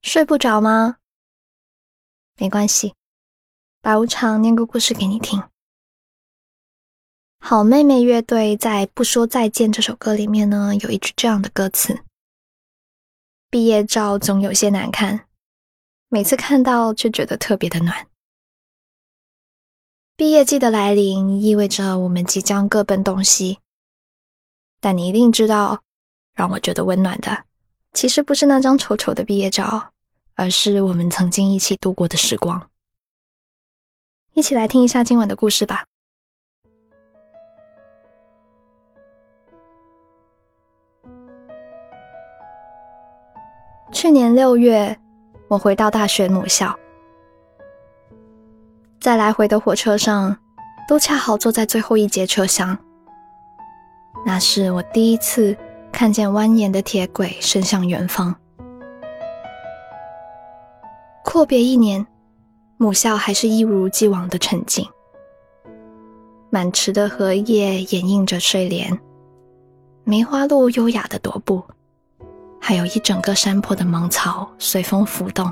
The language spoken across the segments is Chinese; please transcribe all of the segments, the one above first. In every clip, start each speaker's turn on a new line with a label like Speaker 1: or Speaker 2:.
Speaker 1: 睡不着吗？没关系，白无常念个故事给你听。好妹妹乐队在《不说再见》这首歌里面呢，有一句这样的歌词：毕业照总有些难看，每次看到却觉得特别的暖。毕业季的来临意味着我们即将各奔东西，但你一定知道，让我觉得温暖的其实不是那张丑丑的毕业照，而是我们曾经一起度过的时光。一起来听一下今晚的故事吧。去年6月，我回到大学母校，在来回的火车上，都恰好坐在最后一节车厢。那是我第一次看见蜿蜒的铁轨伸向远方。阔别1年，母校还是一如既往的沉静。满池的荷叶掩映着睡莲，梅花鹿优雅的踱步，还有一整个山坡的芒草随风浮动。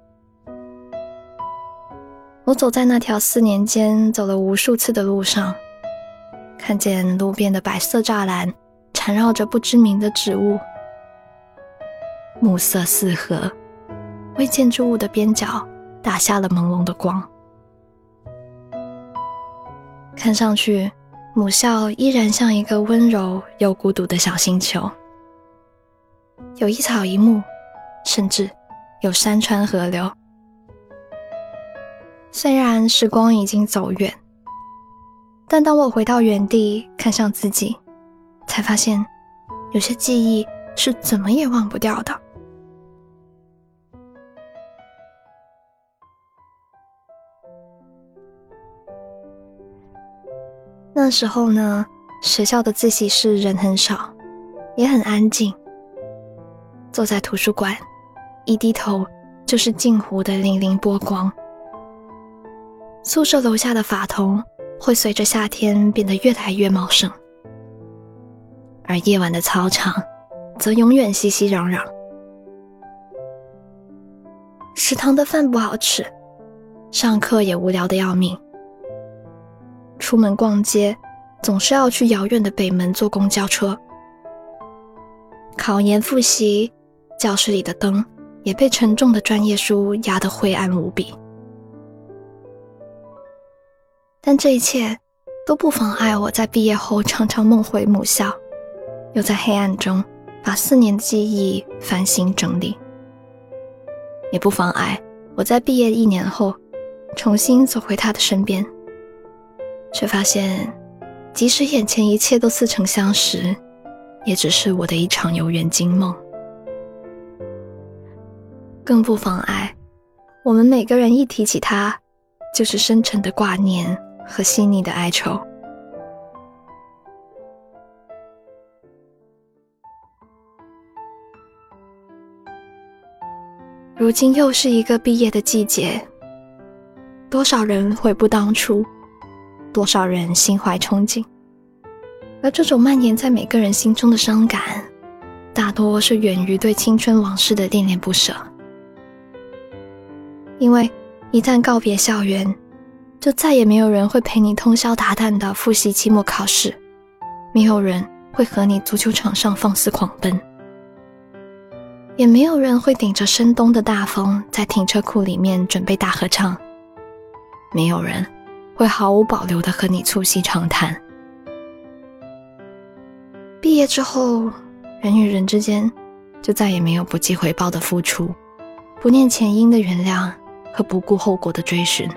Speaker 1: 我走在那条4年间走了无数次的路上，看见路边的白色栅栏缠绕着不知名的植物，暮色四合，为建筑物的边角打下了朦胧的光。看上去，母校依然像一个温柔又孤独的小星球，有一草一木，甚至有山川河流。虽然时光已经走远，但当我回到原地看向自己，才发现有些记忆是怎么也忘不掉的。那时候呢，学校的自习室人很少，也很安静。坐在图书馆，一低头就是镜湖的粼粼波光。宿舍楼下的法桐会随着夏天变得越来越茂盛，而夜晚的操场则永远熙熙攘攘。食堂的饭不好吃，上课也无聊得要命。出门逛街总是要去遥远的北门坐公交车。考研复习，教室里的灯也被沉重的专业书压得灰暗无比。但这一切都不妨碍我在毕业后常常梦回母校，又在黑暗中把4年的记忆翻新整理。也不妨碍我在毕业1年后重新走回他的身边，却发现即使眼前一切都似曾相识，也只是我的一场游园惊梦。更不妨碍我们每个人一提起他，就是深沉的挂念和细腻的哀愁。如今又是一个毕业的季节，多少人悔不当初，多少人心怀憧憬，而这种蔓延在每个人心中的伤感，大多是源于对青春往事的恋恋不舍。因为一旦告别校园，就再也没有人会陪你通宵达旦地复习期末考试，没有人会和你足球场上放肆狂奔，也没有人会顶着深冬的大风在停车库里面准备大合唱，没有人会毫无保留地和你促膝长谈。毕业之后，人与人之间就再也没有不计回报的付出，不念前因的原谅和不顾后果的追寻。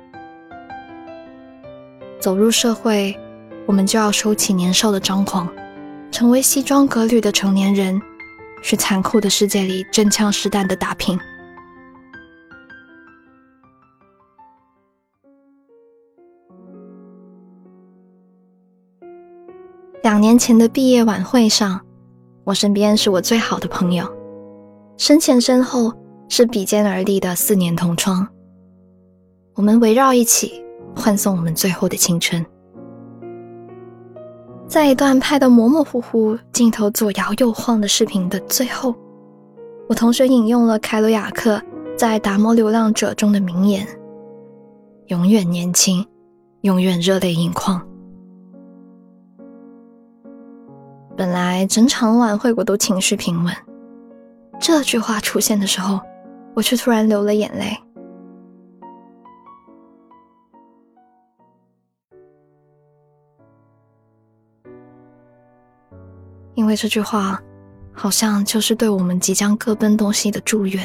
Speaker 1: 走入社会，我们就要收起年少的张狂，成为西装革履的成年人，去残酷的世界里真枪实弹的打拼。2年前的毕业晚会上，我身边是我最好的朋友，身前身后是比肩而立的4年同窗，我们围绕一起欢送我们最后的青春。在一段拍得模模糊糊、镜头左摇右晃的视频的最后， 我同学引用了凯鲁亚克在《达摩流浪者》中的名言：永远年轻，永远热泪盈眶。本来整场晚会我都情绪平稳，这句话出现的时候，我却突然流了眼泪。因为这句话好像就是对我们即将各奔东西的祝愿。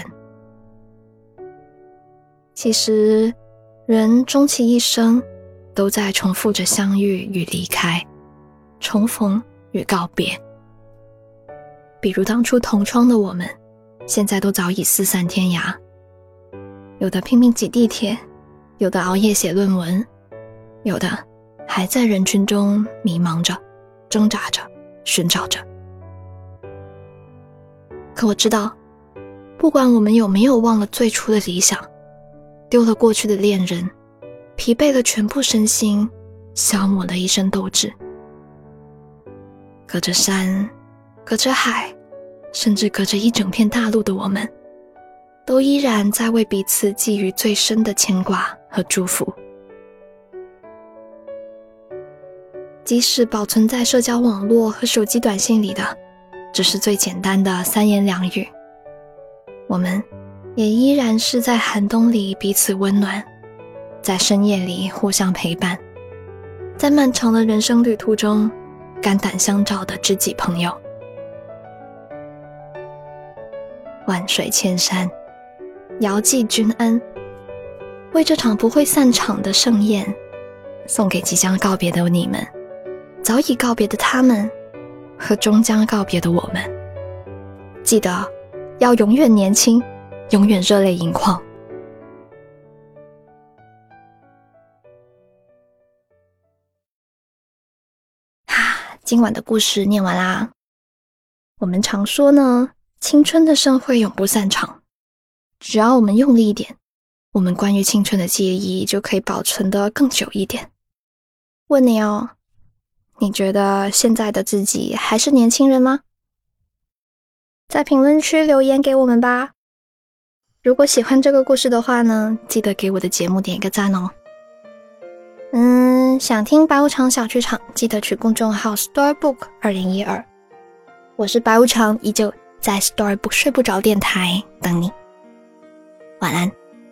Speaker 1: 其实人终其一生都在重复着相遇与离开，重逢与告别。比如当初同窗的我们，现在都早已四散天涯，有的拼命挤地铁，有的熬夜写论文，有的还在人群中迷茫着，挣扎着，寻找着。可我知道，不管我们有没有忘了最初的理想，丢了过去的恋人，疲惫了全部身心，消磨了一身斗志，隔着山，隔着海，甚至隔着一整片大陆的我们，都依然在为彼此寄予最深的牵挂和祝福。即使保存在社交网络和手机短信里的只是最简单的三言两语，我们也依然是在寒冬里彼此温暖，在深夜里互相陪伴，在漫长的人生旅途中肝胆相照的知己朋友。万水千山，遥寄君安，为这场不会散场的盛宴，送给即将告别的你们，早已告别的他们，和终将告别的我们。记得要永远年轻，永远热泪盈眶。今晚的故事念完啦。我们常说呢，青春的盛会永不散场，只要我们用力一点，我们关于青春的记忆就可以保存得更久一点。问你哦，你觉得现在的自己还是年轻人吗？在评论区留言给我们吧。如果喜欢这个故事的话呢，记得给我的节目点一个赞哦。想听白无常小剧场，记得去公众号 Storybook 2012。我是白无常，依旧在 Storybook 睡不着电台等你。晚安。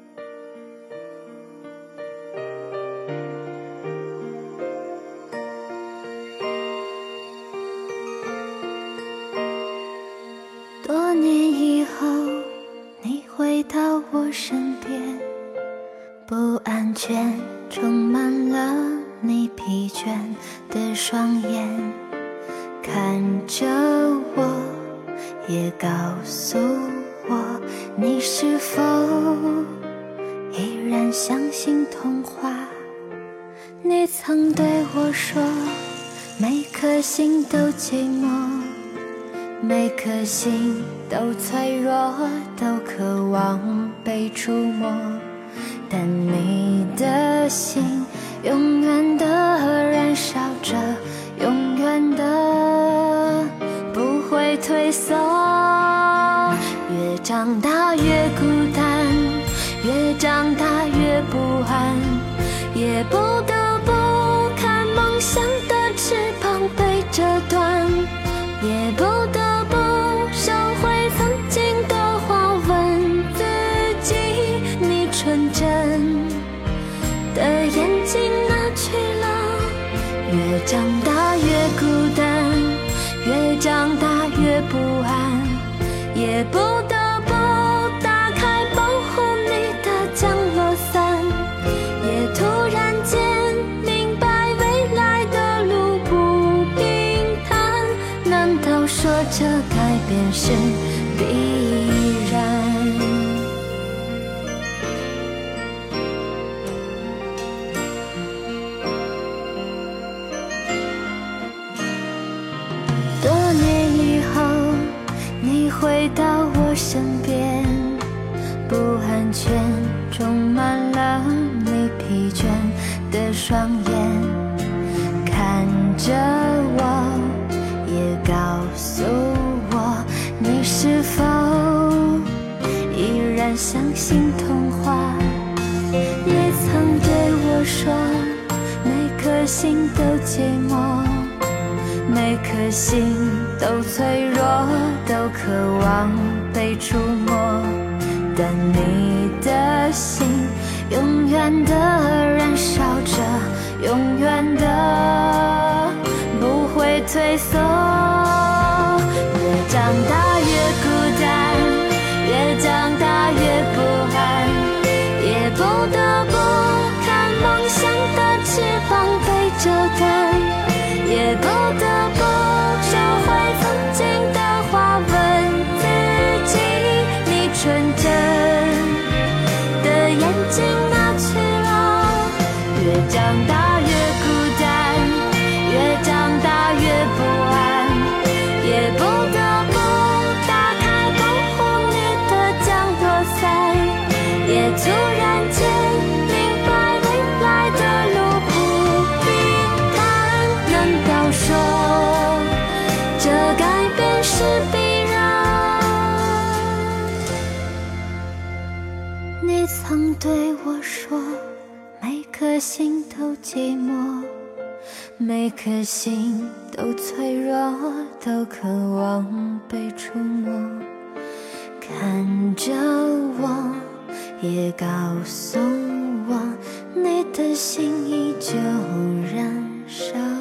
Speaker 2: 多年以后，你回到我身边，不安全充满了你疲倦的双眼，看着我，也告诉我，你是否依然相信童话？你曾对我说，每颗心都寂寞，每颗心都脆弱，都渴望被触摸，但你的心永远的燃烧着，永远的不会退缩。越长大越孤单，越长大越不安，也不得不看梦想的翅膀被折断，也不得不收回曾经的话，问自己，你纯真的眼睛哪去了？越长大越孤单，越长大越不安，也不得不打开保护你的降落伞，也突然间明白未来的路不平坦，难道说这改变是必然？多年以后，你回到我身边，不安全充满了你疲倦的双眼，看着我，也告诉我，你是否然相信童话。你曾对我说，每颗心都寂寞，每颗心都脆弱，都渴望被触摸。但你的心永远的燃烧着，永远的不会退缩。越长大越孤单，越长大越不安，也不得不看梦想的翅膀被折断，也不得不收回曾经的话，问自己，你纯真的眼睛哪去了？越长大越孤单，越长大越不安，也不得不打开保护你的降落伞，也突然间明白未来的路不平坦。难道说这改变是必然？你曾对我说，每颗心都寂寞，每颗心都脆弱，都渴望被触摸。看着我，也告诉我，你的心依旧燃烧。